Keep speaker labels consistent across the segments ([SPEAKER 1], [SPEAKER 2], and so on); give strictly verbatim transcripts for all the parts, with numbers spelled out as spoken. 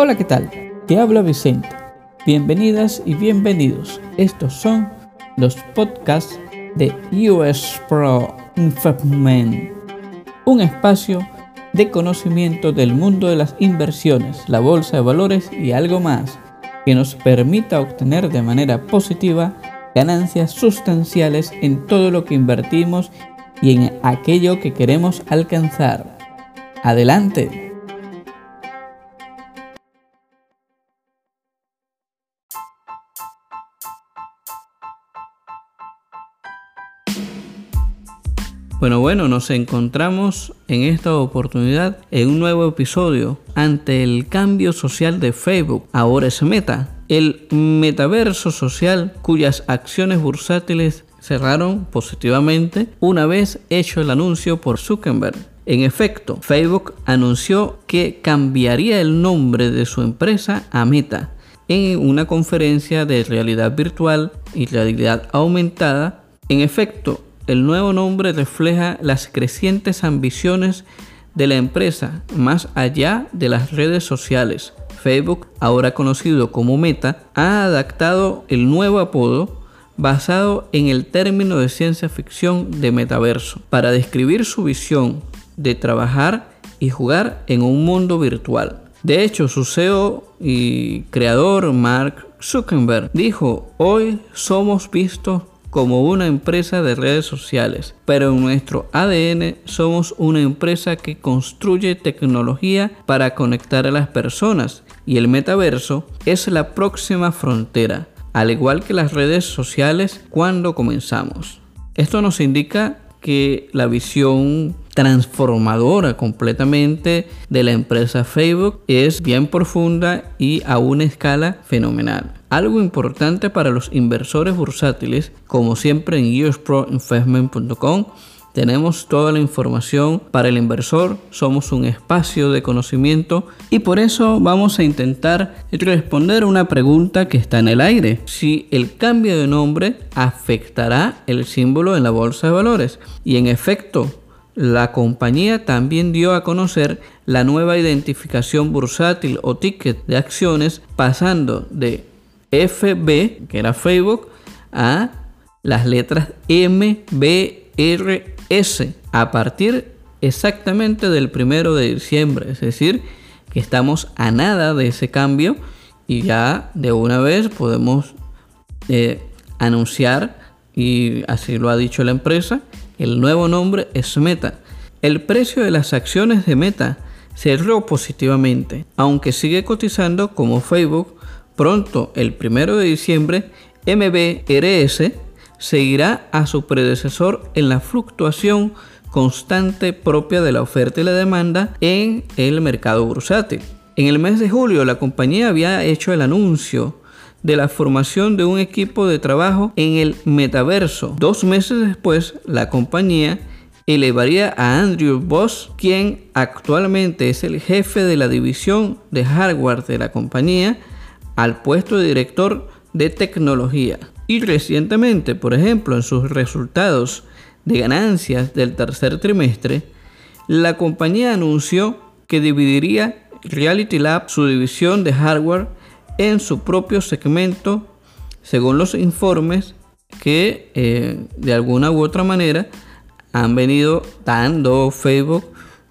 [SPEAKER 1] Hola, ¿qué tal? Te habla Vicente. Bienvenidas y bienvenidos. Estos son los podcasts de U S Pro Investment, un espacio de conocimiento del mundo de las inversiones, la bolsa de valores y algo más que nos permita obtener de manera positiva ganancias sustanciales en todo lo que invertimos y en aquello que queremos alcanzar. ¡Adelante! Bueno, bueno, nos encontramos en esta oportunidad en un nuevo episodio ante el cambio social de Facebook. Ahora es Meta, el metaverso social cuyas acciones bursátiles cerraron positivamente una vez hecho el anuncio por Zuckerberg. En efecto, Facebook anunció que cambiaría el nombre de su empresa a Meta en una conferencia de realidad virtual y realidad aumentada. En efecto, el nuevo nombre refleja las crecientes ambiciones de la empresa más allá de las redes sociales. Facebook, ahora conocido como Meta, ha adaptado el nuevo apodo basado en el término de ciencia ficción de metaverso para describir su visión de trabajar y jugar en un mundo virtual. De hecho, su C E O y creador Mark Zuckerberg dijo: "Hoy somos vistos como una empresa de redes sociales, pero en nuestro A D N somos una empresa que construye tecnología para conectar a las personas, y el metaverso es la próxima frontera, al igual que las redes sociales cuando comenzamos". Esto nos indica que la visión transformadora completamente de la empresa Facebook es bien profunda y a una escala fenomenal. Algo importante para los inversores bursátiles, como siempre en U S Pro Investment punto com tenemos toda la información para el inversor. Somos un espacio de conocimiento y por eso vamos a intentar responder una pregunta que está en el aire: si el cambio de nombre afectará el símbolo en la bolsa de valores. Y en efecto, la compañía también dio a conocer la nueva identificación bursátil o ticket de acciones, pasando de F B, que era Facebook, a las letras M B R S a partir exactamente del primero de diciembre. Es decir, que estamos a nada de ese cambio y ya de una vez podemos eh, anunciar, y así lo ha dicho la empresa, el nuevo nombre es Meta. El precio de las acciones de Meta cerró positivamente, aunque sigue cotizando como Facebook. Pronto, el primero de diciembre, M B R S seguirá a su predecesor en la fluctuación constante propia de la oferta y la demanda en el mercado bursátil. En el mes de julio, la compañía había hecho el anuncio de la formación de un equipo de trabajo en el metaverso. Dos meses después, la compañía elevaría a Andrew Voss, quien actualmente es el jefe de la división de hardware de la compañía, al puesto de director de tecnología. Y recientemente, por ejemplo, en sus resultados de ganancias del tercer trimestre, la compañía anunció que dividiría Reality Labs, su división de hardware, en su propio segmento, según los informes que eh, de alguna u otra manera han venido dando Facebook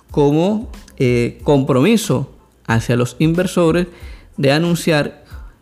[SPEAKER 1] como eh, compromiso hacia los inversores de anunciar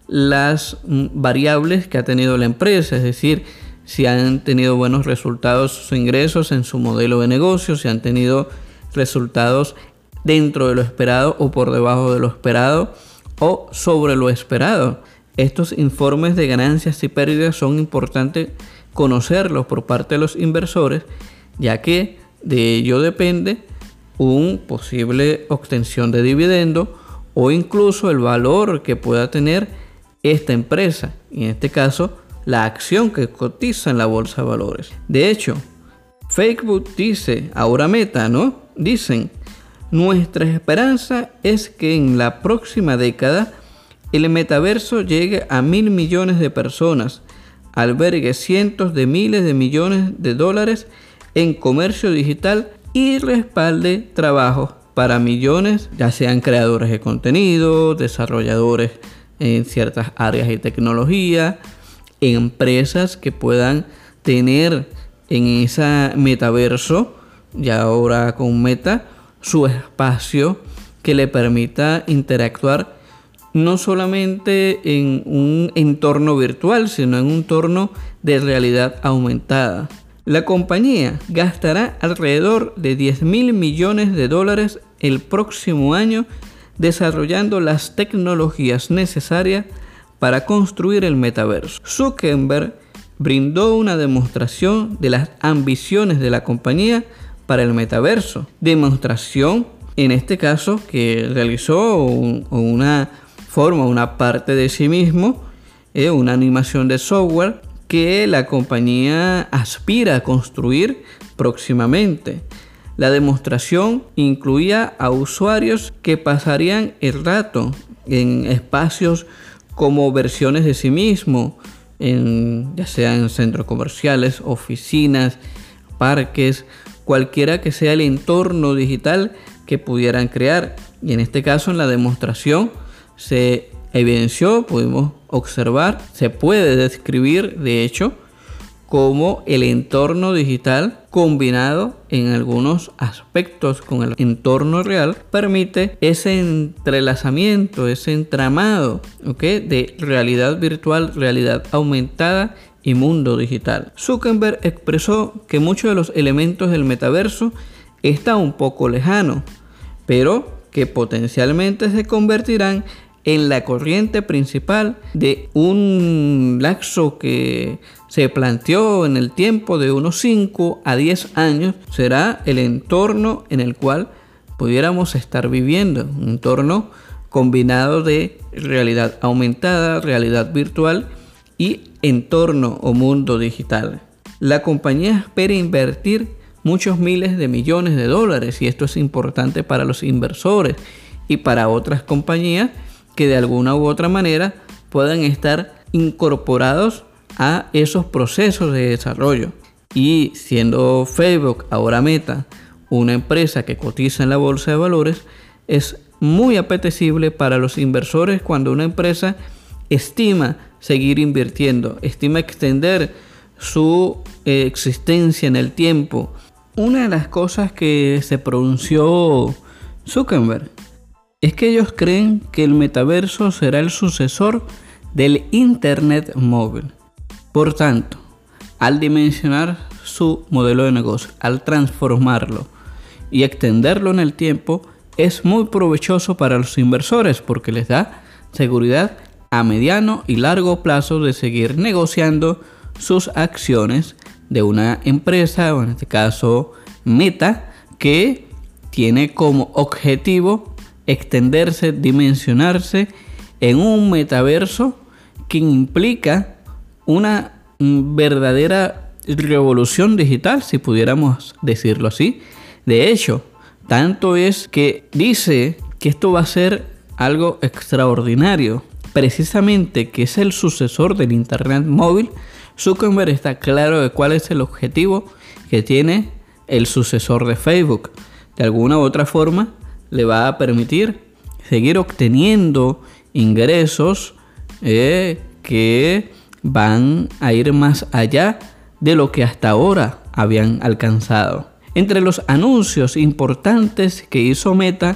[SPEAKER 1] las variables que ha tenido la empresa, es decir, si han tenido buenos resultados sus ingresos en su modelo de negocio, si han tenido resultados dentro de lo esperado o por debajo de lo esperado o sobre lo esperado. Estos informes de ganancias y pérdidas son importantes conocerlos por parte de los inversores, ya que de ello depende una posible obtención de dividendo o incluso el valor que pueda tener esta empresa, y en este caso la acción que cotiza en la bolsa de valores. De hecho, Facebook dice, ahora Meta, ¿no? Dicen: nuestra esperanza es que en la próxima década el metaverso llegue a mil millones de personas, albergue cientos de miles de millones de dólares en comercio digital y respalde trabajos para millones, ya sean creadores de contenido, desarrolladores en ciertas áreas de tecnología, empresas que puedan tener en ese metaverso, ya ahora con Meta, su espacio que le permita interactuar no solamente en un entorno virtual, sino en un entorno de realidad aumentada. La compañía gastará alrededor de diez mil millones de dólares el próximo año desarrollando las tecnologías necesarias para construir el metaverso. Zuckerberg brindó una demostración de las ambiciones de la compañía para el metaverso. Demostración, en este caso, que realizó un, una forma, una parte de sí mismo, eh, una animación de software que la compañía aspira a construir próximamente. La demostración incluía a usuarios que pasarían el rato en espacios como versiones de sí mismo, en, ya sea en centros comerciales, oficinas, parques, cualquiera que sea el entorno digital que pudieran crear. Y en este caso, en la demostración se evidenció, pudimos observar, se puede describir de hecho como el entorno digital combinado en algunos aspectos con el entorno real permite ese entrelazamiento, ese entramado, ¿okay?, de realidad virtual, realidad aumentada y mundo digital. Zuckerberg expresó que muchos de los elementos del metaverso están un poco lejanos, pero que potencialmente se convertirán en la corriente principal de un lapso que se planteó en el tiempo de unos cinco a diez años. Será el entorno en el cual pudiéramos estar viviendo, un entorno combinado de realidad aumentada, realidad virtual y entorno o mundo digital. La compañía espera invertir muchos miles de millones de dólares y esto es importante para los inversores y para otras compañías que de alguna u otra manera puedan estar incorporados a esos procesos de desarrollo. Y siendo Facebook, ahora Meta, una empresa que cotiza en la bolsa de valores, es muy apetecible para los inversores cuando una empresa estima seguir invirtiendo, estima extender su eh, existencia en el tiempo. Una de las cosas que se pronunció Zuckerberg es que ellos creen que el metaverso será el sucesor del Internet móvil. Por tanto, al dimensionar su modelo de negocio, al transformarlo y extenderlo en el tiempo, es muy provechoso para los inversores porque les da seguridad a mediano y largo plazo de seguir negociando sus acciones de una empresa, o en este caso Meta, que tiene como objetivo extenderse, dimensionarse en un metaverso que implica una verdadera revolución digital, si pudiéramos decirlo así. De hecho, tanto es que dice que esto va a ser algo extraordinario, precisamente que es el sucesor del Internet móvil. Zuckerberg está claro de cuál es el objetivo que tiene el sucesor de Facebook. De alguna u otra forma le va a permitir seguir obteniendo ingresos eh, que van a ir más allá de lo que hasta ahora habían alcanzado. Entre los anuncios importantes que hizo Meta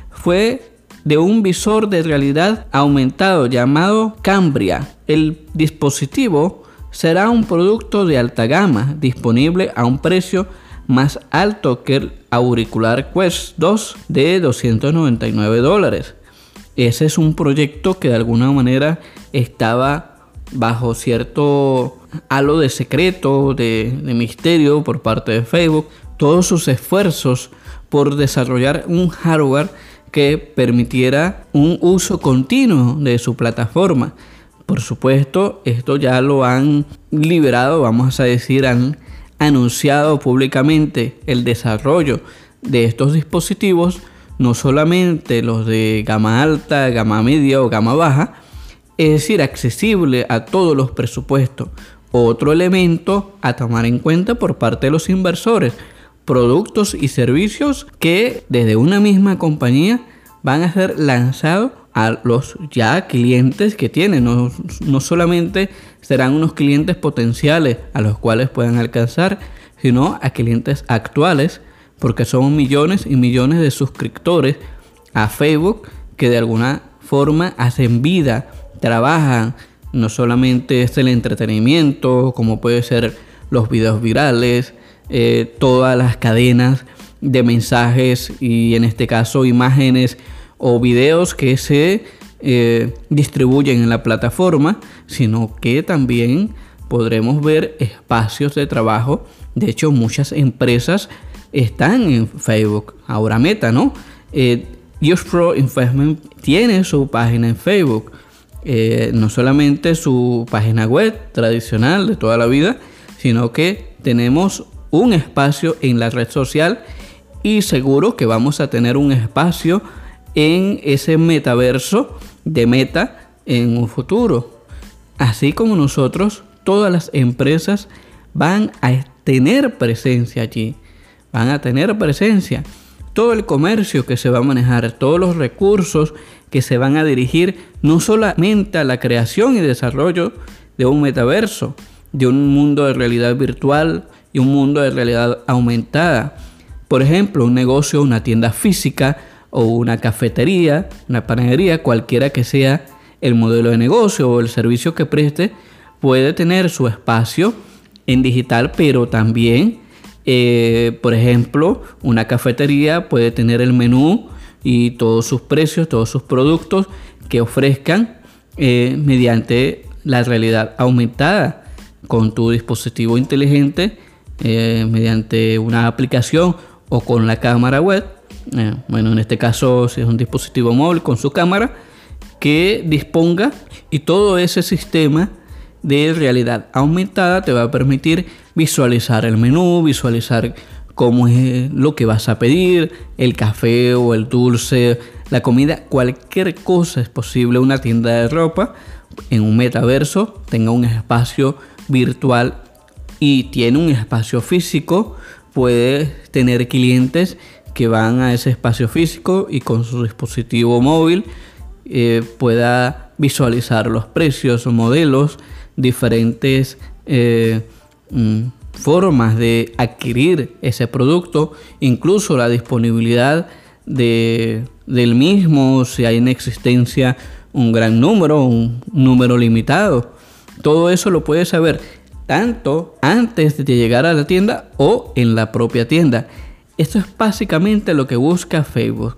[SPEAKER 1] fue de un visor de realidad aumentado llamado Cambria. El dispositivo será un producto de alta gama disponible a un precio más alto que el auricular Quest dos de doscientos noventa y nueve dólares. Ese es un proyecto que de alguna manera estaba bajo cierto halo de secreto, de, de misterio por parte de Facebook. Todos sus esfuerzos por desarrollar un hardware que permitiera un uso continuo de su plataforma. Por supuesto, esto ya lo han liberado, vamos a decir, han anunciado públicamente el desarrollo de estos dispositivos, no solamente los de gama alta, gama media o gama baja, es decir, accesible a todos los presupuestos. Otro elemento a tomar en cuenta por parte de los inversores, productos y servicios que desde una misma compañía van a ser lanzados a los ya clientes que tienen. No, no solamente serán unos clientes potenciales a los cuales puedan alcanzar, sino a clientes actuales, porque son millones y millones de suscriptores a Facebook que de alguna forma hacen vida, trabajan. No solamente es el entretenimiento, como puede ser los videos virales, eh, todas las cadenas de mensajes y en este caso imágenes o videos que se eh, distribuyen en la plataforma, sino que también podremos ver espacios de trabajo. De hecho, muchas empresas están en Facebook. Ahora Meta, ¿no? Eh, Pro Investment tiene su página en Facebook. Eh, no solamente su página web tradicional de toda la vida, sino que tenemos un espacio en la red social y seguro que vamos a tener un espacio en ese metaverso de Meta en un futuro. Así como nosotros, todas las empresas van a tener presencia allí, van a tener presencia. Todo el comercio que se va a manejar, todos los recursos que se van a dirigir no solamente a la creación y desarrollo de un metaverso, de un mundo de realidad virtual y un mundo de realidad aumentada. Por ejemplo, un negocio, una tienda física o una cafetería, una panadería, cualquiera que sea el modelo de negocio o el servicio que preste, puede tener su espacio en digital, pero también, eh, por ejemplo, una cafetería puede tener el menú y todos sus precios, todos sus productos que ofrezcan eh, mediante la realidad aumentada con tu dispositivo inteligente, eh, mediante una aplicación o con la cámara web. Eh, bueno, en este caso, si es un dispositivo móvil con su cámara, que disponga, y todo ese sistema de realidad aumentada te va a permitir visualizar el menú, visualizar cómo es lo que vas a pedir, el café o el dulce, la comida, cualquier cosa es posible. Una tienda de ropa en un metaverso tenga un espacio virtual y tiene un espacio físico, puede tener clientes que van a ese espacio físico y con su dispositivo móvil eh, pueda visualizar los precios, modelos, diferentes eh, mm, formas de adquirir ese producto, incluso la disponibilidad de, del mismo, si hay en existencia un gran número, un número limitado. Todo eso lo puedes saber tanto antes de llegar a la tienda o en la propia tienda. Esto es básicamente lo que busca Facebook,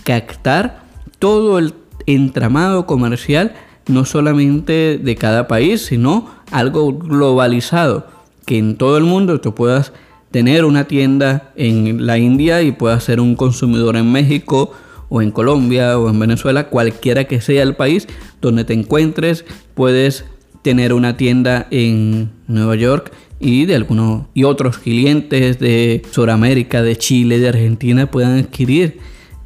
[SPEAKER 1] captar todo el entramado comercial, no solamente de cada país, sino algo globalizado, que en todo el mundo tú puedas tener una tienda en la India y puedas ser un consumidor en México o en Colombia o en Venezuela, cualquiera que sea el país donde te encuentres, puedes tener una tienda en Nueva York y de algunos y otros clientes de Sudamérica, de Chile, de Argentina puedan adquirir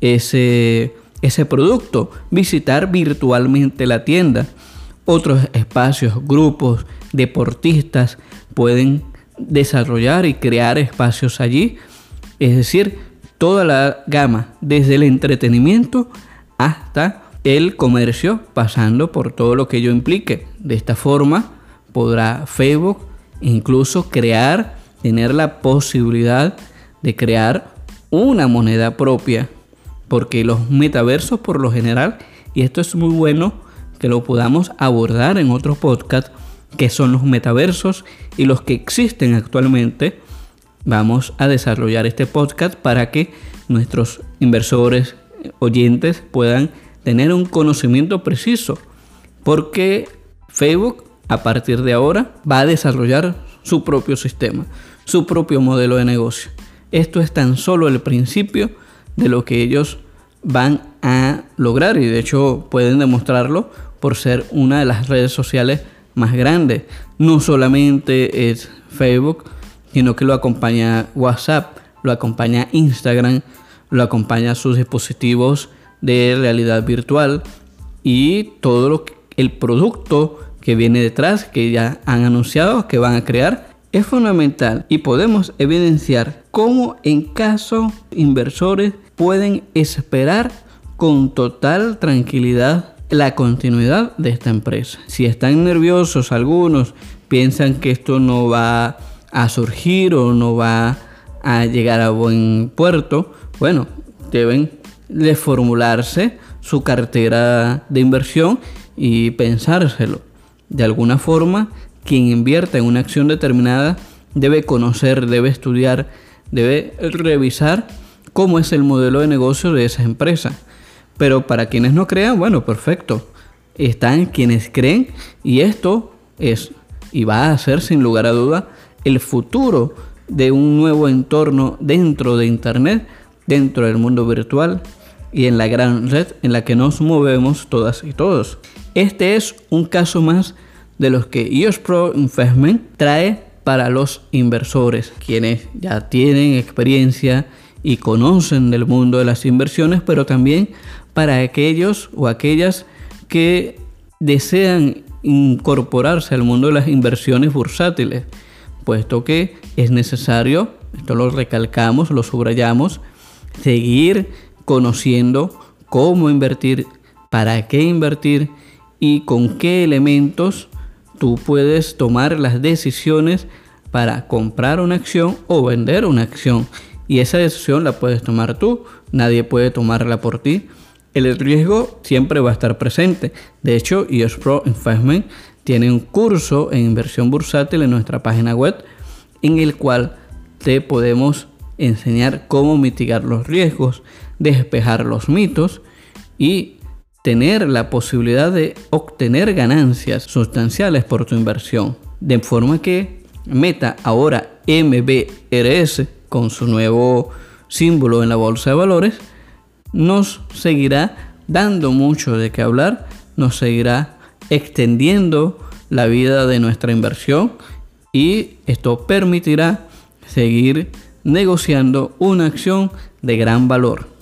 [SPEAKER 1] ese, ese producto, visitar virtualmente la tienda. Otros espacios, grupos, deportistas pueden desarrollar y crear espacios allí. Es decir, toda la gama, desde el entretenimiento hasta el comercio, pasando por todo lo que ello implique. De esta forma podrá Facebook incluso crear, tener la posibilidad de crear una moneda propia, porque los metaversos por lo general, y esto es muy bueno que lo podamos abordar en otro podcast, que son los metaversos y los que existen actualmente. Vamos a desarrollar este podcast para que nuestros inversores, oyentes puedan tener un conocimiento preciso, porque Facebook a partir de ahora va a desarrollar su propio sistema, su propio modelo de negocio. Esto es tan solo el principio de lo que ellos van a lograr, y de hecho pueden demostrarlo por ser una de las redes sociales más grandes. No solamente es Facebook, sino que lo acompaña WhatsApp, lo acompaña Instagram, lo acompaña sus dispositivos de realidad virtual y todo lo que, el producto que viene detrás, que ya han anunciado que van a crear Es fundamental y podemos evidenciar cómo en caso inversores pueden esperar con total tranquilidad la continuidad de esta empresa. Si están nerviosos algunos, piensan que esto no va a surgir o no va a llegar a buen puerto, bueno, deben reformularse su cartera de inversión y pensárselo. De alguna forma, quien invierta en una acción determinada debe conocer, debe estudiar, debe revisar cómo es el modelo de negocio de esa empresa. Pero para quienes no crean, bueno, perfecto. Están quienes creen y esto es y va a ser sin lugar a duda el futuro de un nuevo entorno dentro de Internet, dentro del mundo virtual y en la gran red en la que nos movemos todas y todos. Este es un caso más de los que E O S Pro Investment trae para los inversores, quienes ya tienen experiencia y conocen del mundo de las inversiones, pero también para aquellos o aquellas que desean incorporarse al mundo de las inversiones bursátiles, puesto que es necesario, esto lo recalcamos, lo subrayamos, seguir conociendo cómo invertir, para qué invertir y con qué elementos tú puedes tomar las decisiones para comprar una acción o vender una acción. Y esa decisión la puedes tomar tú, nadie puede tomarla por ti. El riesgo siempre va a estar presente. De hecho, E O S Pro Investment tiene un curso en inversión bursátil en nuestra página web en el cual te podemos enseñar cómo mitigar los riesgos, despejar los mitos y tener la posibilidad de obtener ganancias sustanciales por tu inversión. De forma que Meta, ahora M B R S, con su nuevo símbolo en la bolsa de valores, nos seguirá dando mucho de qué hablar, nos seguirá extendiendo la vida de nuestra inversión y esto permitirá seguir negociando una acción de gran valor.